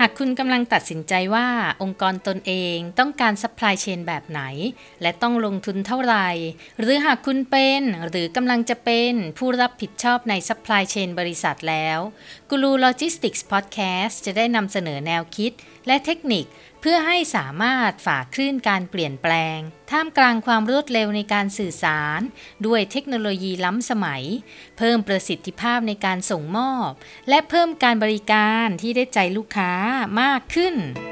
ากคุณกำลังตัดสินใจว่าองค์กรตนเองต้องการซัพพลายเชนแบบไหนและต้องลงทุนเท่าไหร่หรือหากคุณเป็นหรือกำลังจะเป็นผู้รับผิดชอบในซัพพลายเชนบริษัทแล้วกูรูโลจิสติกส์พอดแคสต์จะได้นำเสนอแนวคิดและเทคนิคเพื่อให้สามารถฝ่าคลื่นการเปลี่ยนแปลงท่ามกลางความรวดเร็วในการสื่อสารด้วยเทคโนโลยีล้ำสมัยเพิ่มประสิทธิภาพในการส่งมอบและเพิ่มการบริการที่ได้ใจลูกค้ามากขึ้น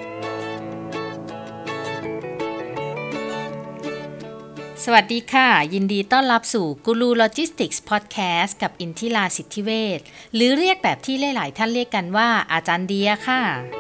สวัสดีค่ะยินดีต้อนรับสู่กูรูโลจิสติกส์พอดแคสต์กับอินทิราสิทธิเวชหรือเรียกแบบที่หลายๆท่านเรียกกันว่าอาจารย์เดียค่ะ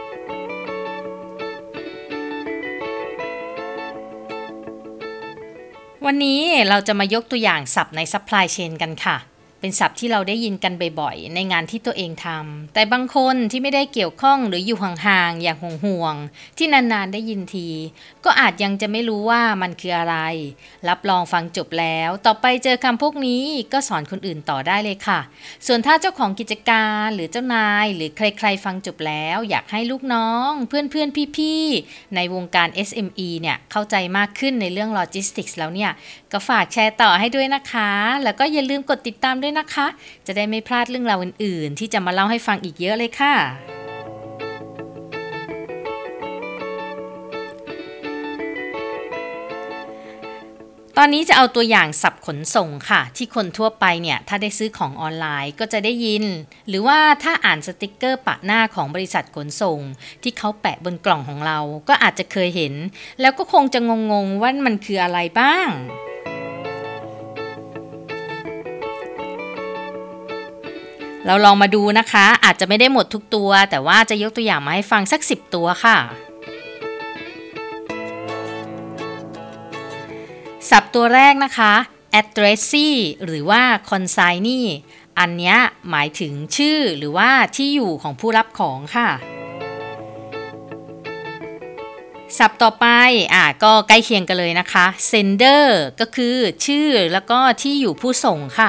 วันนี้เราจะมายกตัวอย่างศัพท์ในซัพพลายเชนกันค่ะเป็นศัพท์ที่เราได้ยินกันบ่อยๆในงานที่ตัวเองทำแต่บางคนที่ไม่ได้เกี่ยวข้องหรืออยู่ห่างๆอย่างห่วงๆที่นานๆได้ยินทีก็อาจยังจะไม่รู้ว่ามันคืออะไรรับรองฟังจบแล้วต่อไปเจอคำพวกนี้ก็สอนคนอื่นต่อได้เลยค่ะส่วนถ้าเจ้าของกิจการหรือเจ้านายหรือใครๆฟังจบแล้วอยากให้ลูกน้องเพื่อนๆพี่ๆในวงการ SME เนี่ยเข้าใจมากขึ้นในเรื่องโลจิสติกส์แล้วเนี่ยก็ฝากแชร์ต่อให้ด้วยนะคะแล้วก็อย่าลืมกดติดตามด้วยนะคะจะได้ไม่พลาดเรื่องราวอื่นๆที่จะมาเล่าให้ฟังอีกเยอะเลยค่ะตอนนี้จะเอาตัวอย่างศัพท์ขนส่งค่ะที่คนทั่วไปเนี่ยถ้าได้ซื้อของออนไลน์ก็จะได้ยินหรือว่าถ้าอ่านสติกเกอร์ปะหน้าของบริษัทขนส่งที่เขาแปะบนกล่องของเราก็อาจจะเคยเห็นแล้วก็คงจะงงๆว่ามันคืออะไรบ้างเราลองมาดูนะคะอาจจะไม่ได้หมดทุกตัวแต่ว่าจะยกตัวอย่างมาให้ฟังสัก10ตัวค่ะศัพท์ตัวแรกนะคะ addressee หรือว่า consignee อันเนี้ยหมายถึงชื่อหรือว่าที่อยู่ของผู้รับของค่ะศัพท์ต่อไปก็ใกล้เคียงกันเลยนะคะ sender ก็คือชื่อแล้วก็ที่อยู่ผู้ส่งค่ะ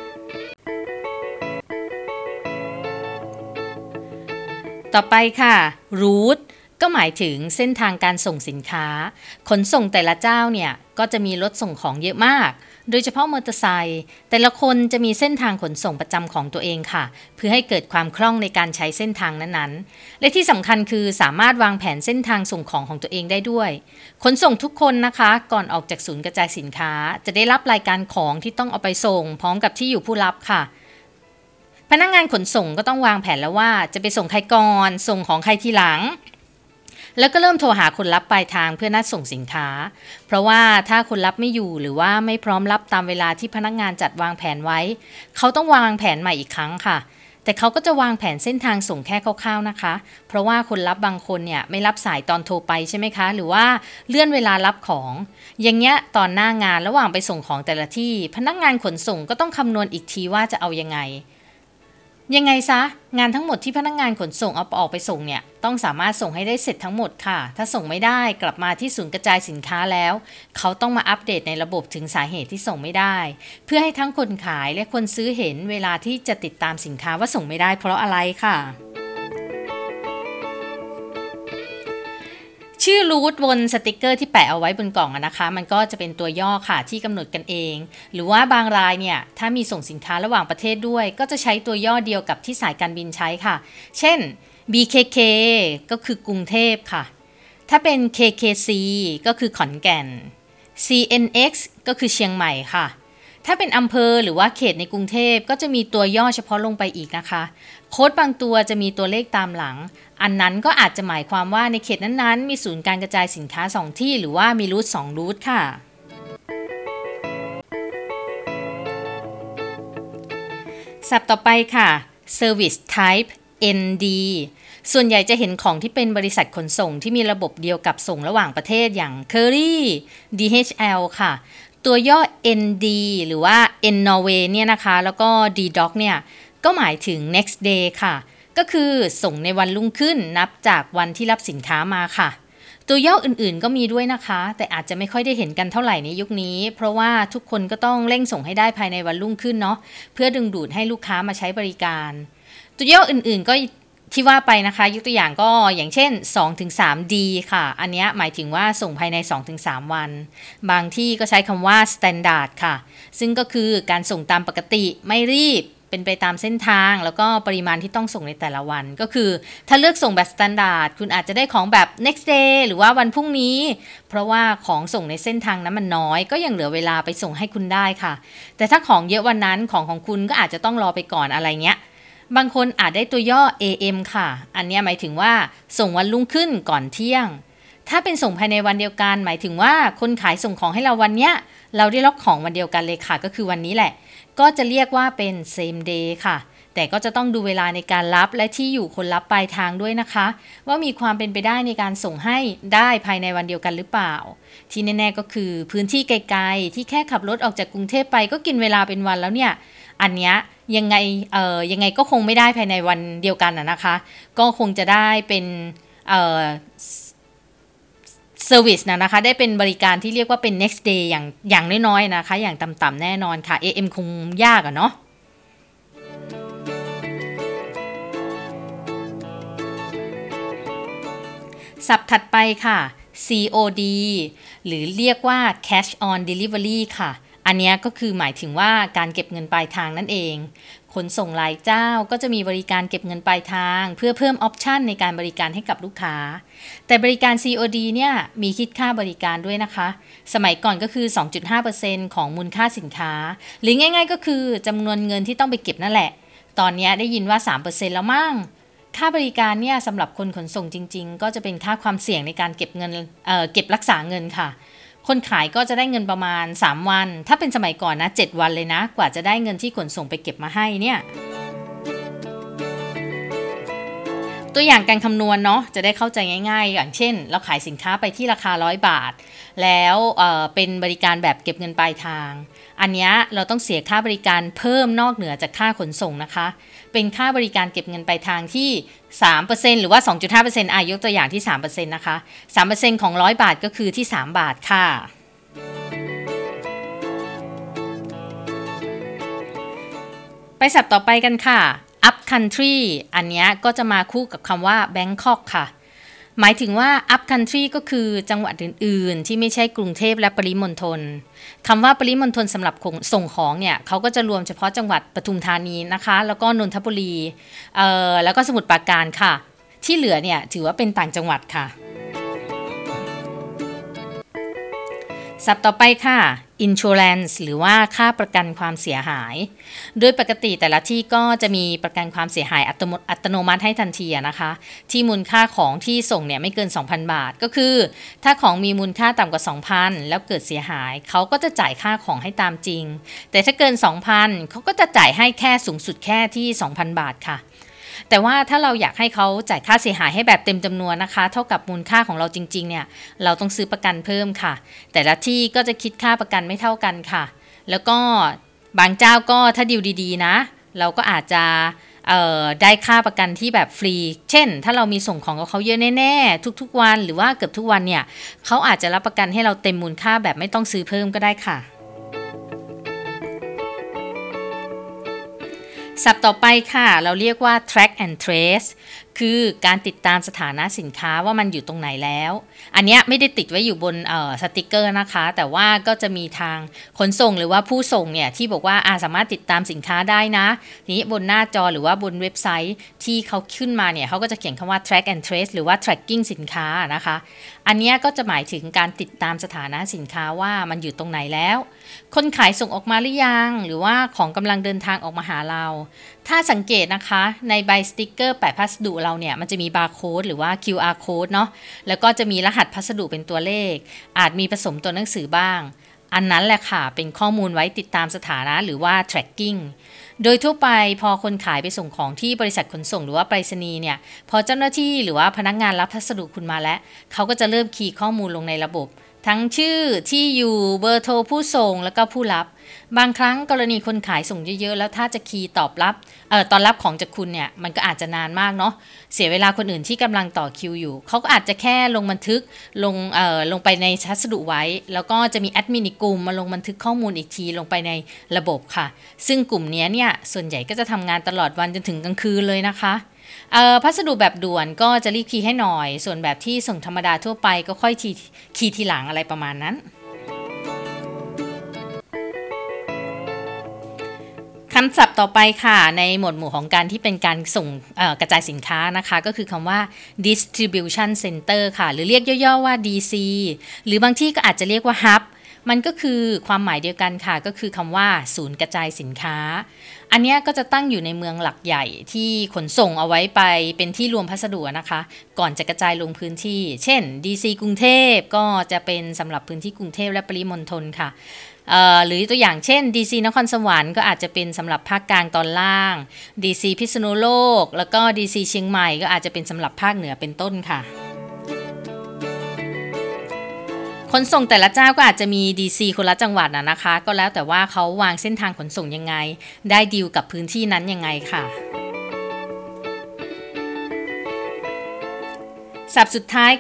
ต่อไปค่ะ route ก็หมายถึงเส้นทางการส่งสินค้าขนส่งแต่ละเจ้าเนี่ยก็จะมีรถส่งของเยอะมากโดยเฉพาะมอเตอร์ไซค์แต่ละคนจะมีเส้นทางขนส่งประจำของตัวเองค่ะเพื่อให้เกิดความคล่องในการใช้เส้นทางนั้นๆและที่สำคัญคือสามารถวางแผนเส้นทางส่งของของตัวเองได้ด้วยขนส่งทุกคนนะคะก่อนออกจากศูนย์กระจายสินค้าจะได้รับรายการของที่ต้องเอาไปส่งพร้อมกับที่อยู่ผู้รับค่ะพนักงานขนส่งก็ต้องวางแผนแล้วว่าจะไปส่งใครก่อนส่งของใครทีหลังแล้วก็เริ่มโทรหาคนรับปลายทางเพื่อนัดส่งสินค้าเพราะว่าถ้าคนรับไม่อยู่หรือว่าไม่พร้อมรับตามเวลาที่พนักงานจัดวางแผนไว้เขาต้องวางแผนใหม่อีกครั้งค่ะแต่เขาก็จะวางแผนเส้นทางส่งแค่คร่าวๆนะคะเพราะว่าคนรับบางคนเนี่ยไม่รับสายตอนโทรไปใช่ไหมคะหรือว่าเลื่อนเวลารับของอย่างเงี้ยตอนหน้างานระหว่างไปส่งของแต่ละที่พนักงานขนส่งก็ต้องคำนวณอีกทีว่าจะเอายังไงซะงานทั้งหมดที่พนักงานขนส่งเอาออกไปส่งเนี่ยต้องสามารถส่งให้ได้เสร็จทั้งหมดค่ะถ้าส่งไม่ได้กลับมาที่ศูนย์กระจายสินค้าแล้วเขาต้องมาอัปเดตในระบบถึงสาเหตุที่ส่งไม่ได้เพื่อให้ทั้งคนขายและคนซื้อเห็นเวลาที่จะติดตามสินค้าว่าส่งไม่ได้เพราะอะไรค่ะชื่อรูทบนสติกเกอร์ที่แปะเอาไว้บนกล่องนะคะมันก็จะเป็นตัวย่อค่ะที่กำหนดกันเองหรือว่าบางรายเนี่ยถ้ามีส่งสินค้าระหว่างประเทศด้วยก็จะใช้ตัวย่อเดียวกับที่สายการบินใช้ค่ะเช่น BKK ก็คือกรุงเทพค่ะถ้าเป็น KKC ก็คือขอนแก่น CNX ก็คือเชียงใหม่ค่ะถ้าเป็นอำเภอหรือว่าเขตในกรุงเทพก็จะมีตัวย่อเฉพาะลงไปอีกนะคะโค้ดบางตัวจะมีตัวเลขตามหลังอันนั้นก็อาจจะหมายความว่าในเขตนั้นๆมีศูนย์การกระจายสินค้า2ที่หรือว่ามีรูท2รูทค่ะศัพท์ต่อไปค่ะ Service Type ND ส่วนใหญ่จะเห็นของที่เป็นบริษัทขนส่งที่มีระบบเดียวกับส่งระหว่างประเทศอย่าง Courier DHL ค่ะตัวย่อ ND หรือว่า N Norway เนี่ยนะคะแล้วก็ DDoc เนี่ยก็หมายถึง next day ค่ะก็คือส่งในวันรุ่งขึ้นนับจากวันที่รับสินค้ามาค่ะตัวย่ออื่นๆก็มีด้วยนะคะแต่อาจจะไม่ค่อยได้เห็นกันเท่าไหร่ในยุคนี้เพราะว่าทุกคนก็ต้องเร่งส่งให้ได้ภายในวันรุ่งขึ้นเนาะเพื่อดึงดูดให้ลูกค้ามาใช้บริการตัวย่ออื่นๆที่ว่าไปนะคะยกตัวอย่างก็อย่างเช่น 2-3D ค่ะอันนี้หมายถึงว่าส่งภายใน 2-3 วันบางที่ก็ใช้คำว่า standard ค่ะซึ่งก็คือการส่งตามปกติไม่รีบเป็นไปตามเส้นทางแล้วก็ปริมาณที่ต้องส่งในแต่ละวันก็คือถ้าเลือกส่งแบบ standard คุณอาจจะได้ของแบบ next day หรือว่าวันพรุ่งนี้เพราะว่าของส่งในเส้นทางนั้นมันน้อยก็ยังเหลือเวลาไปส่งให้คุณได้ค่ะแต่ถ้าของเยอะวันนั้นของคุณก็อาจจะต้องรอไปก่อนอะไรเงี้ยบางคนอาจได้ตัวย่อ AM ค่ะอันนี้หมายถึงว่าส่งวันรุ่งขึ้นก่อนเที่ยงถ้าเป็นส่งภายในวันเดียวกันหมายถึงว่าคนขายส่งของให้เราวันเนี้ยเราได้รับของวันเดียวกันเลยค่ะก็คือวันนี้แหละก็จะเรียกว่าเป็น same day ค่ะแต่ก็จะต้องดูเวลาในการรับและที่อยู่คนรับปลายทางด้วยนะคะว่ามีความเป็นไปได้ในการส่งให้ได้ภายในวันเดียวกันหรือเปล่าที่แน่ๆก็คือพื้นที่ไกลๆที่แค่ขับรถออกจากกรุงเทพไปก็กินเวลาเป็นวันแล้วเนี่ยอันเนี้ยยังไงก็คงไม่ได้ภายในวันเดียวกันนะคะก็คงจะได้เป็นเซอร์วิสนะคะได้เป็นบริการที่เรียกว่าเป็น next day อย่างน้อยๆนะคะอย่างต่ำๆแน่นอนค่ะ AM คงยากเนาะศัพท์ถัดไปค่ะ COD หรือเรียกว่า Cash on Delivery ค่ะอันนี้ก็คือหมายถึงว่าการเก็บเงินปลายทางนั่นเองขนส่งหลายเจ้าก็จะมีบริการเก็บเงินปลายทางเพื่อเพิ่มออปชันในการบริการให้กับลูกค้าแต่บริการ COD เนี่ยมีคิดค่าบริการด้วยนะคะสมัยก่อนก็คือ 2.5% ของมูลค่าสินค้าหรือง่ายๆก็คือจำนวนเงินที่ต้องไปเก็บนั่นแหละตอนนี้ได้ยินว่า 3% แล้วมั้งค่าบริการเนี่ยสำหรับคนขนส่งจริงๆก็จะเป็นค่าความเสี่ยงในการเก็บเงินเก็บรักษาเงินค่ะคนขายก็จะได้เงินประมาณ3วันถ้าเป็นสมัยก่อนนะ7วันเลยนะกว่าจะได้เงินที่ขนส่งไปเก็บมาให้เนี่ยตัวอย่างการคำนวณเนาะจะได้เข้าใจง่ายๆอย่างเช่นเราขายสินค้าไปที่ราคา100 บาทแล้วเป็นบริการแบบเก็บเงินปลายทางอันนี้เราต้องเสียค่าบริการเพิ่มนอกเหนือจากค่าขนส่งนะคะเป็นค่าบริการเก็บเงินปลายทางที่ 3% หรือว่า 2.5% ยกตัวอย่างที่ 3% นะคะ 3% ของ100 บาทก็คือที่3 บาทค่ะไปศัพท์ต่อไปกันค่ะ up country อันนี้ก็จะมาคู่กับคำว่า Bangkok ค่ะหมายถึงว่า up country ก็คือจังหวัดอื่นๆที่ไม่ใช่กรุงเทพและปริมณฑลคำว่าปริมณฑลสำหรับส่งของเนี่ยเขาก็จะรวมเฉพาะจังหวัดปทุมธานีนะคะแล้วก็นนทบุรีแล้วก็สมุทรปราการค่ะที่เหลือเนี่ยถือว่าเป็นต่างจังหวัดค่ะศัพท์ต่อไปค่ะ insurance หรือว่าค่าประกันความเสียหายโดยปกติแต่ละที่ก็จะมีประกันความเสียหายอัตโนมัติให้ทันทีนะคะที่มูลค่าของที่ส่งเนี่ยไม่เกิน 2,000 บาทก็คือถ้าของมีมูลค่าต่ำกว่า 2,000 แล้วเกิดเสียหายเขาก็จะจ่ายค่าของให้ตามจริงแต่ถ้าเกิน 2,000 เขาก็จะจ่ายให้แค่สูงสุดแค่ที่ 2,000 บาทค่ะแต่ว่าถ้าเราอยากให้เขาจ่ายค่าเสียหายให้แบบเต็มจำนวนนะคะเท่ากับมูลค่าของเราจริงๆเนี่ยเราต้องซื้อประกันเพิ่มค่ะแต่ละที่ก็จะคิดค่าประกันไม่เท่ากันค่ะแล้วก็บางเจ้าก็ถ้าดีลดีๆนะเราก็อาจจะได้ค่าประกันที่แบบฟรีเช่นถ้าเรามีส่งของกับเขาเยอะแน่ๆทุกๆวันหรือว่าเกือบทุกวันเนี่ยเขาอาจจะรับประกันให้เราเต็มมูลค่าแบบไม่ต้องซื้อเพิ่มก็ได้ค่ะ ศัพท์ต่อไปค่ะเราเรียกว่า track and trace คือการติดตามสถานะสินค้าว่ามันอยู่ตรงไหนแล้วอันนี้ไม่ได้ติดไว้อยู่บนสติกเกอร์นะคะแต่ว่าก็จะมีทางขนส่งหรือว่าผู้ส่งเนี่ยที่บอกว่าสามารถติดตามสินค้าได้นะนี้บนหน้าจอหรือว่าบนเว็บไซต์ที่เขาขึ้นมาเนี่ยเขาก็จะเขียนคำว่า track and trace หรือว่า tracking สินค้านะคะอันนี้ก็จะหมายถึงการติดตามสถานะสินค้าว่ามันอยู่ตรงไหนแล้วคนขายส่งออกมาหรือยังหรือว่าของกำลังเดินทางออกมาหาเราถ้าสังเกตนะคะในใบสติกเกอร์แปะพัสดุเราเนี่ยมันจะมีบาร์โค้ดหรือว่า QR code เนาะแล้วก็จะมีรหัสพัสดุเป็นตัวเลขอาจมีผสมตัวหนังสือบ้างอันนั้นแหละค่ะเป็นข้อมูลไว้ติดตามสถานะหรือว่า tracking โดยทั่วไปพอคนขายไปส่งของที่บริษัทขนส่งหรือว่าไปรษณีย์เนี่ยพอเจ้าหน้าที่หรือว่าพนักงานรับพัสดุคุณมาแล้วเขาก็จะเริ่มคีย์ข้อมูลลงในระบบทั้งชื่อที่อยู่เบอร์โทรผู้ส่งแล้วก็ผู้รับบางครั้งกรณีคนขายส่งเยอะๆแล้วถ้าจะคีย์ตอบรับตอนรับของจากคุณเนี่ยมันก็อาจจะนานมากเนาะเสียเวลาคนอื่นที่กำลังต่อคิวอยู่เขาก็อาจจะแค่ลงบันทึกลงไปในพัสดุไว้แล้วก็จะมีแอดมินอีกกลุ่มมาลงบันทึกข้อมูลอีกทีลงไปในระบบค่ะซึ่งกลุ่มนี้เนี่ยส่วนใหญ่ก็จะทำงานตลอดวันจนถึงกลางคืนเลยนะคะพัสดุแบบด่วนก็จะรีบคีย์ให้หน่อยส่วนแบบที่ส่งธรรมดาทั่วไปก็ค่อยคีย์ทีหลังอะไรประมาณนั้นคำศัพท์ต่อไปค่ะในหมวดหมู่ของการที่เป็นการส่งกระจายสินค้านะคะก็คือคำว่า distribution center ค่ะหรือเรียกย่อๆว่า DC หรือบางที่ก็อาจจะเรียกว่า hub มันก็คือความหมายเดียวกันค่ะก็คือคำว่าศูนย์กระจายสินค้าอันนี้ก็จะตั้งอยู่ในเมืองหลักใหญ่ที่ขนส่งเอาไว้ไปเป็นที่รวมพัสดุนะคะก่อนจะกระจายลงพื้นที่เช่น DC กรุงเทพก็จะเป็นสำหรับพื้นที่กรุงเทพและปริมณฑลค่ะหรือตัวอย่างเช่น DC นครสวรรค์ก็อาจจะเป็นสำหรับภาคกลางตอนล่าง DC พิษณุโลกแล้วก็ DC เชียงใหม่ก็อาจจะเป็นสำหรับภาคเหนือเป็นต้นค่ะขนส่งแต่ละเจ้าก็อาจจะมี DC คนละจังหวัดนะคะก็แล้วแต่ว่าเขาวางเส้นทางขนส่งยังไงได้ดีลกับพื้นที่นั้นยังไงค่ะศัพท์สุดท้าย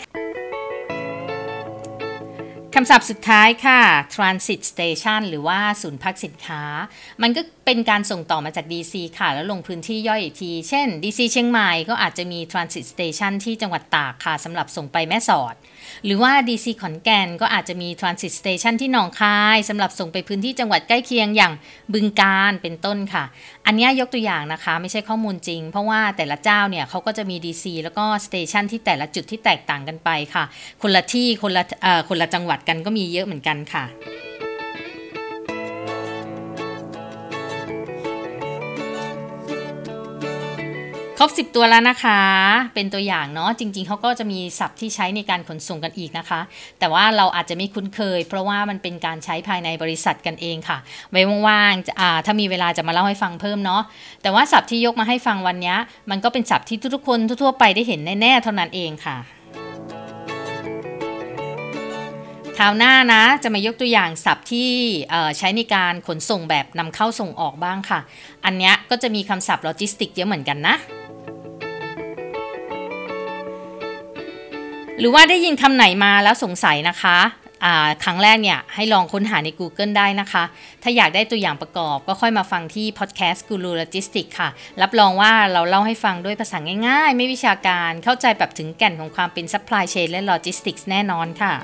คำศัพท์สุดท้ายค่ะ transit station หรือว่าศูนย์พักสินค้ามันก็เป็นการส่งต่อมาจาก DC ค่ะแล้วลงพื้นที่ย่อยอีกทีเช่น DC เชียงใหม่ก็อาจจะมี transit station ที่จังหวัดตากค่ะสำหรับส่งไปแม่สอดหรือว่า DC ขอนแก่นก็อาจจะมี transit station ที่หนองคายสำหรับส่งไปพื้นที่จังหวัดใกล้เคียงอย่างบึงกาฬเป็นต้นค่ะอันนี้ยกตัวอย่างนะคะไม่ใช่ข้อมูลจริงเพราะว่าแต่ละเจ้าเนี่ยเขาก็จะมี DC แล้วก็ station ที่แต่ละจุดที่แตกต่างกันไปค่ะคนละที่คนละจังหวัดกันก็มีเยอะเหมือนกันค่ะครบ10ตัวแล้วนะคะเป็นตัวอย่างเนาะจริงๆเขาก็จะมีศัพท์ที่ใช้ในการขนส่งกันอีกนะคะแต่ว่าเราอาจจะไม่คุ้นเคยเพราะว่ามันเป็นการใช้ภายในบริษัทกันเองค่ะไว้ว่างๆถ้ามีเวลาจะมาเล่าให้ฟังเพิ่มเนาะแต่ว่าศัพท์ที่ยกมาให้ฟังวันนี้มันก็เป็นศัพท์ที่ทุกๆคนทั่วๆไปได้เห็นแน่ๆเท่านั้นเองค่ะคราวหน้านะจะมายกตัวอย่างศัพท์ที่ใช้ในการขนส่งแบบนำเข้าส่งออกบ้างค่ะอันนี้ก็จะมีคำศัพท์โลจิสติกเยอะเหมือนกันนะหรือว่าได้ยินคำไหนมาแล้วสงสัยนะคะครั้งแรกเนี่ยให้ลองค้นหาใน Google ได้นะคะถ้าอยากได้ตัวอย่างประกอบก็ค่อยมาฟังที่พอดแคสต์ Guru Logistics ค่ะรับรองว่าเราเล่าให้ฟังด้วยภาษาง่ายๆไม่วิชาการเข้าใจแบบถึงแก่นของความเป็น Supply Chain และ Logistics แน่นอนค่ะ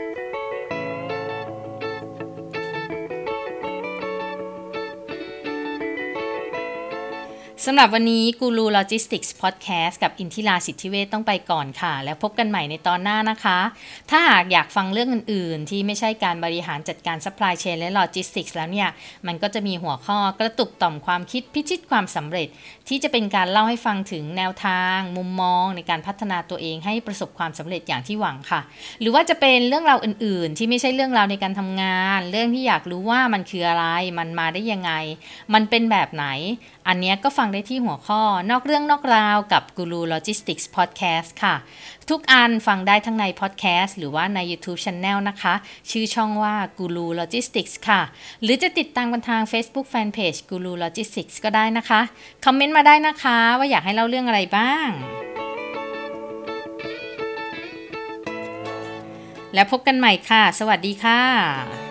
สำหรับวันนี้กูรูโลจิสติกส์พอดแคสต์กับอินทิราสิทธิเวชต้องไปก่อนค่ะแล้วพบกันใหม่ในตอนหน้านะคะถ้าหากอยากฟังเรื่องอื่นๆที่ไม่ใช่การบริหารจัดการซัพพลายเชนและโลจิสติกส์แล้วเนี่ยมันก็จะมีหัวข้อกระตุกต่อมความคิดพิชิตความสำเร็จที่จะเป็นการเล่าให้ฟังถึงแนวทางมุมมองในการพัฒนาตัวเองให้ประสบความสำเร็จอย่างที่หวังค่ะหรือว่าจะเป็นเรื่องราวอื่นๆที่ไม่ใช่เรื่องราวในการทำงานเรื่องที่อยากรู้ว่ามันคืออะไรมันมาได้ยังไงมันเป็นแบบไหนอันนี้ก็ฟังได้ที่หัวข้อนอกเรื่องนอกราวกับ Guru Logistics Podcast ค่ะทุกอันฟังได้ทั้งใน Podcast หรือว่าใน YouTube Channel นะคะชื่อช่องว่า Guru Logistics ค่ะหรือจะติดตามกันทาง Facebook Fanpage Guru Logistics ก็ได้นะคะคอมเมนต์มาได้นะคะว่าอยากให้เล่าเรื่องอะไรบ้างแล้วพบกันใหม่ค่ะสวัสดีค่ะ